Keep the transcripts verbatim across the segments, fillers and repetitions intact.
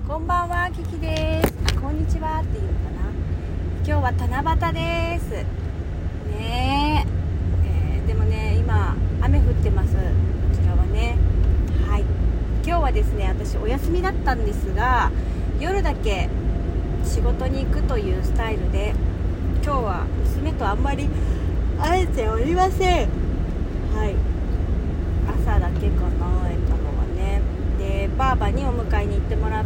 こんばんは、キキです。あ、こんにちはっていうのかな。今日は七夕ですねえ、えー、でもね、今雨降ってます。こちらはね。はい、今日はですね、私お休みだったんですが、夜だけ仕事に行くというスタイルで、今日は娘とあんまり会えておりません。はい、朝だけかな、会えたのはね。で、ばあばにお迎えに行ってもらって、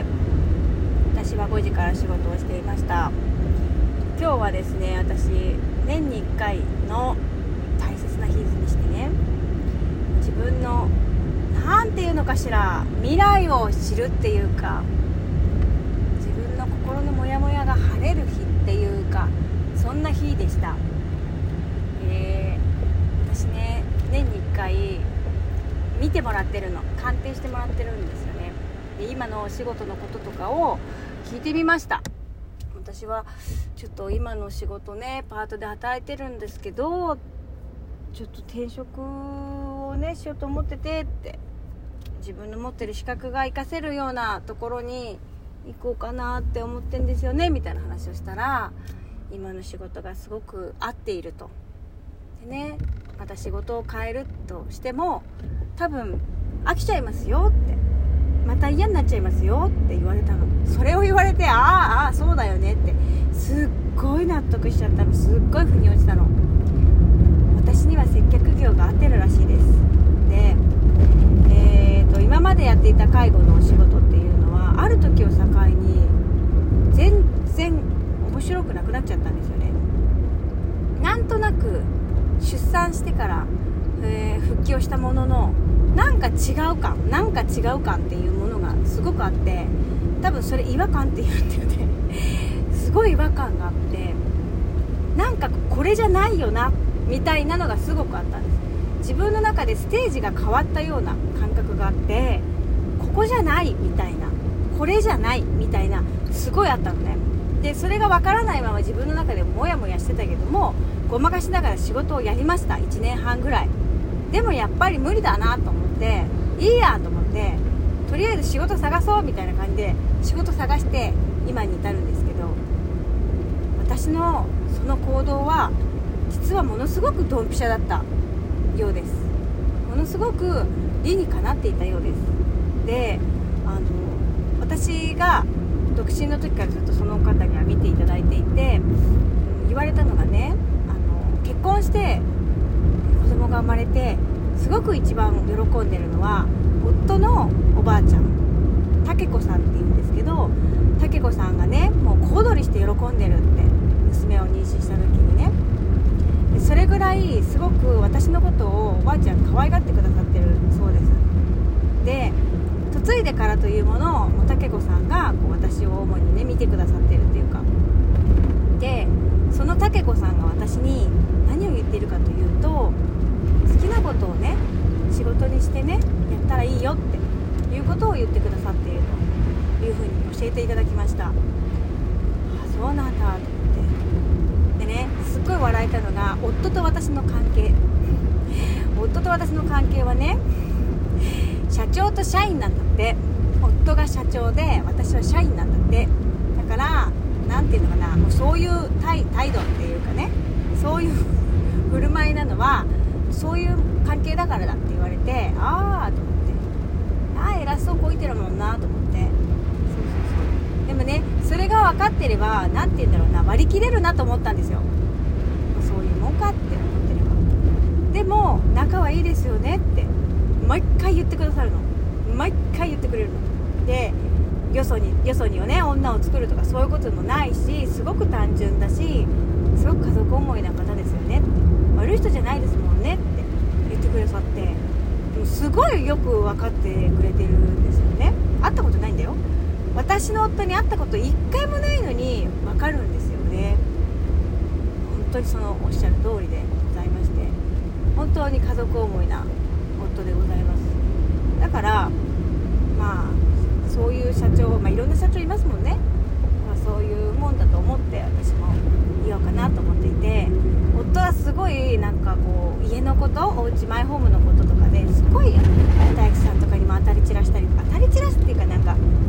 私はごじから仕事をしていました。今日はですね、私年にいっかいの大切な日にしてね、自分のなんていうのかしら、未来を知るっていうか、自分の心のモヤモヤが晴れる日っていうか、そんな日でした。えー、私ね、年にいっかい見てもらってるの、鑑定してもらってるんですよね。で、今のお仕事のこととかを聞いてみました。私はちょっと今の仕事ね、パートで働いてるんですけど、ちょっと転職をねしようと思っててって、自分の持ってる資格が活かせるようなところに行こうかなって思ってんですよね、みたいな話をしたら、今の仕事がすごく合っていると。でね、また仕事を変えるとしても多分飽きちゃいますよって、また嫌になっちゃいますよって言われたの。それを言われて、ああああそうだよねって、すっごい納得しちゃったの。すっごい腑に落ちたの。私には接客業が合ってるらしいです。で、えーと、今までやっていた介護のお仕事っていうのは、ある時を境に全然面白くなくなっちゃったんですよね。なんとなく出産してから、えー、復帰をしたものの、なんか違う感なんか違う感っていうものがすごくあって、多分それ違和感っていうんだよねすごい違和感があって、なんかこれじゃないよなみたいなのがすごくあったんです。自分の中でステージが変わったような感覚があって、ここじゃないみたいな、これじゃないみたいな、すごいあったのね。で、それがわからないまま自分の中でモヤモヤしてたけども、ごまかしながら仕事をやりました。いちねんはんぐらい。でもやっぱり無理だなと思って、いいやと思って、とりあえず仕事探そうみたいな感じで仕事探して今に至るんですけど、私のその行動は実はものすごくドンピシャだったようです。ものすごく理にかなっていたようです。で、あの私が独身の時からずっとその方には見ていただいていて、言われたのがね、あの結婚して子供が生まれてすごく一番喜んでるのは、夫のおばあちゃん、たけこさんっていうんですけど、たけこさんがね、もう小躍りして喜んでるって、娘を妊娠した時にね。で、それぐらいすごく私のことをおばあちゃん可愛がってくださってるそうです。で、嫁いでからというものをたけこさんがこう私を主にね見てくださってるっていうか、で、そのたけこさんが私に何を言っているかというと、好きなことをね仕事にしてねやったらいいよっていうことを言ってくださっているというふうに教えていただきました。あ、そうなんだと思って。でね、すっごい笑えたのが夫と私の関係夫と私の関係はね、社長と社員なんだって。夫が社長で私は社員なんだって。だからなんていうのかな、もうそういう 態, 態度っていうかね、そういう振る舞いなのはそういう関係だからだって言われて、ああと思って、ああ偉そうこいてるもんなと思って。そうそうそう。でもね、それが分かってれば、なんて言うんだろうな、割り切れるなと思ったんですよ。そういうもんかって思ってれば。でも仲はいいですよねって毎回言ってくださるの。毎回言ってくれるので、よそによそにをね女を作るとかそういうこともないし、すごく単純だし、すごく家族思いな方ですよねって、悪い人じゃないですもんねって言ってくださって、もうすごいよく分かってくれてるんですよね。会ったことないんだよ。私の夫に会ったこと一回もないのに分かるんですよね。本当にそのおっしゃる通りでございまして、本当に家族思いな夫でございます。だからまあそういう社長、まあ、いろんな社長いますもんね。まあ、そういうもんだと思って私も言おうかなと思っていて、夫はすごいなんかこう家のこと、おうちマイホームのこととかですごい大工さんとかにも当たり散らしたり、当たり散らすっていうか、なんか当たりが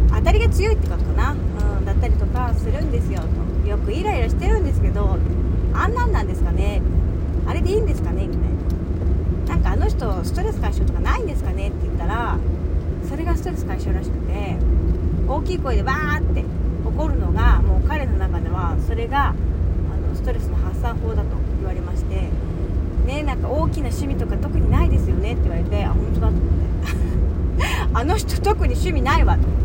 が強いってことかな、うん、だったりとかするんですよと。よくイライラしてるんですけど、あんなんなんですかね、あれでいいんですかねみたいな、なんかあの人ストレス解消とかないんですかねって言ったら、それがストレス解消らしくて、大きい声でバーって怒るのがもう彼の中ではそれがあのストレスの発散法だと言われましてね。なんか大きな趣味とか特にないですよねって言われて、あ、本当だと思ってあの人特に趣味ないわと思って、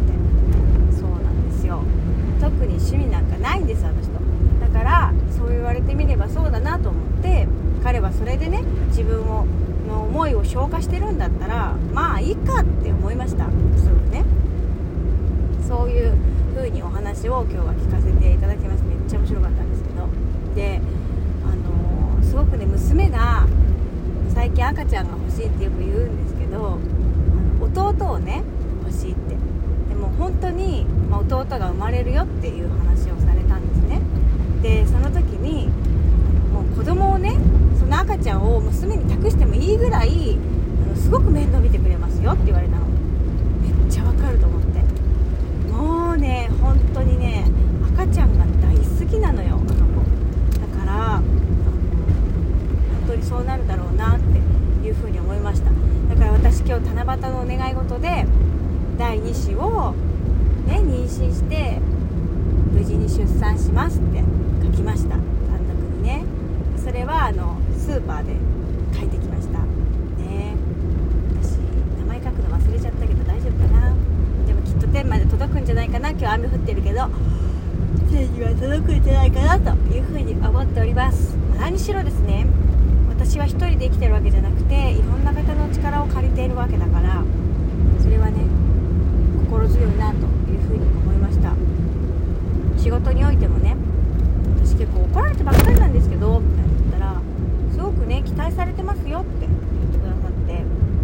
そうなんですよ、特に趣味なんかないんですあの人。だからそう言われてみればそうだなと思って、彼はそれでね自分をの思いを消化してるんだったらまあいいかって思いました。すぐね、そういう風にお話を今日は聞かせていただきまして、めっちゃ面白かったんですけど、で、あのー、すごくね娘が最近赤ちゃんが欲しいってよく言うんですけど、あの弟をね欲しいって、でも本当に、まあ、弟が生まれるよっていう話をされたんですね。でその時にもう子供をね、その赤ちゃんを娘に託してもいいぐらいあのすごく面倒見てくれますよって言われたの。めっちゃわかると思って、もうね本当にね赤ちゃんが大好きなのよあの子だから、本当にそうなるだろうなっていうふうに思いました。だから私今日七夕のお願い事でだいに子を、ね、妊娠して無事に出産しますって書きました、短冊にね。それはあのスーパーで書いてきましたね。私名前書くの忘れちゃったけど大丈夫かな。でもきっと天まで届くんじゃないかな。今日雨降ってるけど天には届くんじゃないかなというふうに思っております。何しろですね、私は一人で生きてるわけじゃなくていろんな方の力を借りているわけだから、それはね心強いなというふうに思いました。仕事においてもね、私結構怒られてばっかりなんですけどみたいな言ったら、すごくね期待されてますよって言ってくださって、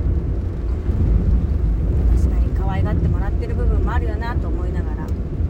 確かに可愛がってもらってる部分もあるよなと思いながら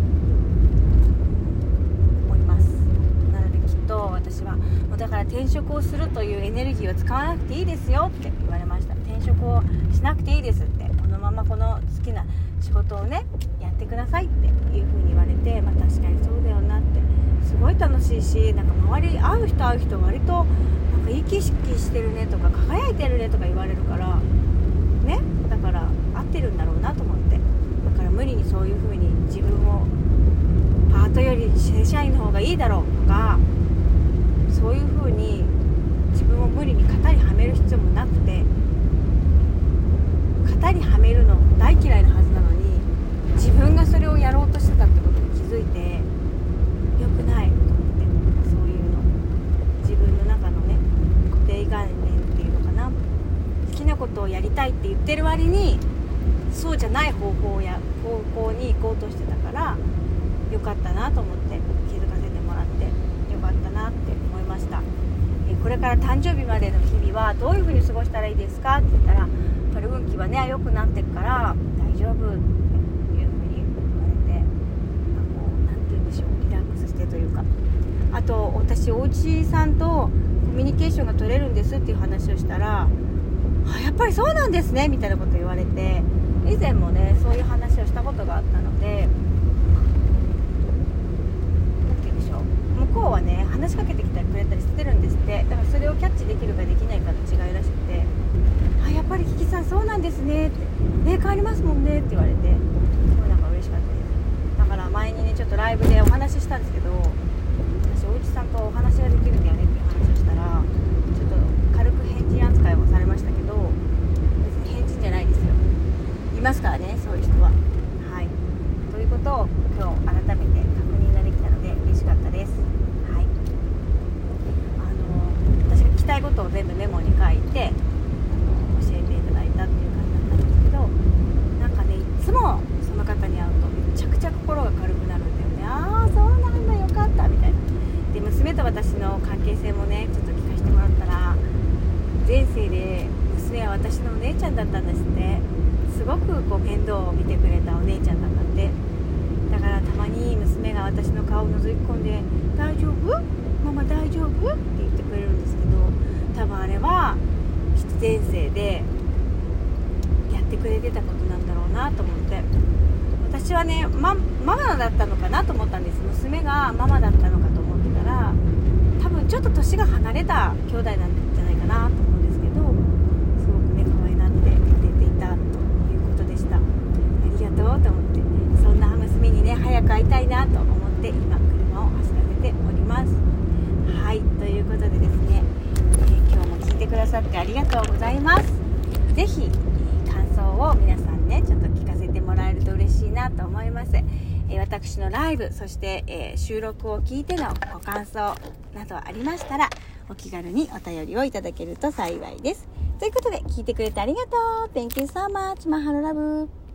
思います。なのできっと私はもうだから転職をするというエネルギーを使わなくていいですよって言われました。転職をしなくていいですって、このままこの好きな仕事をねやってくださいっていう風に言われて、まあ確かにそうだよなって、すごい楽しいし、なんか周り会う人会う人割となんか生き生きしてるねとか輝いてるねとか言われるからね、だから合ってるんだろうなと思って、だから無理にそういう風に自分をパートより正社員の方がいいだろうとか、そういう風に自分を無理に型にはめる必要もなくて、型にはめるの大嫌いなはずなのに自分がそれをやろうとしてたってことに気づいて、良くないと思って、そういうの自分の中のね固定概念っていうのかな、好きなことをやりたいって言ってる割にそうじゃない方法や方向に行こうとしてたから、良かったなと思って気づかせてもらって良かったなって思いました。えこれから誕生日までの日々はどういう風に過ごしたらいいですかって言ったら、これ運気はね良くなってるから大丈夫っていう風に言われて、こうなんて言うんでしょう、リラックスしてというか、あと私お家さんとコミュニケーションが取れるんですっていう話をしたら、あやっぱりそうなんですねみたいなこと言われて、以前もねそういう話をしたことがあったので、なんて言うんでしょう、向こうはね話しかけてきたりくれたりしてるんですって。だからそれをキャッチできるかできないかの違いらしくて、あやっぱりキキさんそうなんですねってね、変わりますもんねって言われて、すごいなんか嬉しかったです。だから前にねちょっとライブでお話ししたんですけど、私おうちさんとお話ができるんだよねっていう話をしたら、ちょっと軽く変人扱いをされましたけど、別に変人じゃないですよ、いますからねそういう人は。はいということを今日改めて確認ができたので嬉しかったです。はい、あの私が聞きたいことを全部メモに書いて教えていただいたっていう感じだったんですけど、なんかねいつもその方に会うとめちゃくちゃ心が軽くなるんだよね。ああそうなんだよかったみたいな。で娘と私の関係性もねちょっと聞かせてもらったら、前世で娘は私のお姉ちゃんだったんですって。すごくこう面倒を見てくれたお姉ちゃんだったんで、だからたまに娘が私の顔を覗き込んで大丈夫？ママ大丈夫？って言ってくれるんですけど、多分あれは前世でやってくれてたことなんだろうなと思って、私はね、ま、ママだったのかなと思ったんです。娘がママだったのかと思ってたら、多分ちょっと年が離れた兄弟なんじゃないかなと思うんですけど、すごくね可愛がって出ていたということでした。ありがとうと思って、そんな娘にね早く会いたいなと思って今車を走らせております。はい、ということでですね、えー、今日も聞いてくださってありがとうございます。ぜひ、えー、感想を皆さんねちょっと聞かせてもらえると嬉しいなと思います。えー、私のライブ、そして、えー、収録を聞いてのご感想などありましたら、お気軽にお便りをいただけると幸いです。ということで、聞いてくれてありがとう。 Thank you so much. Mahalo love.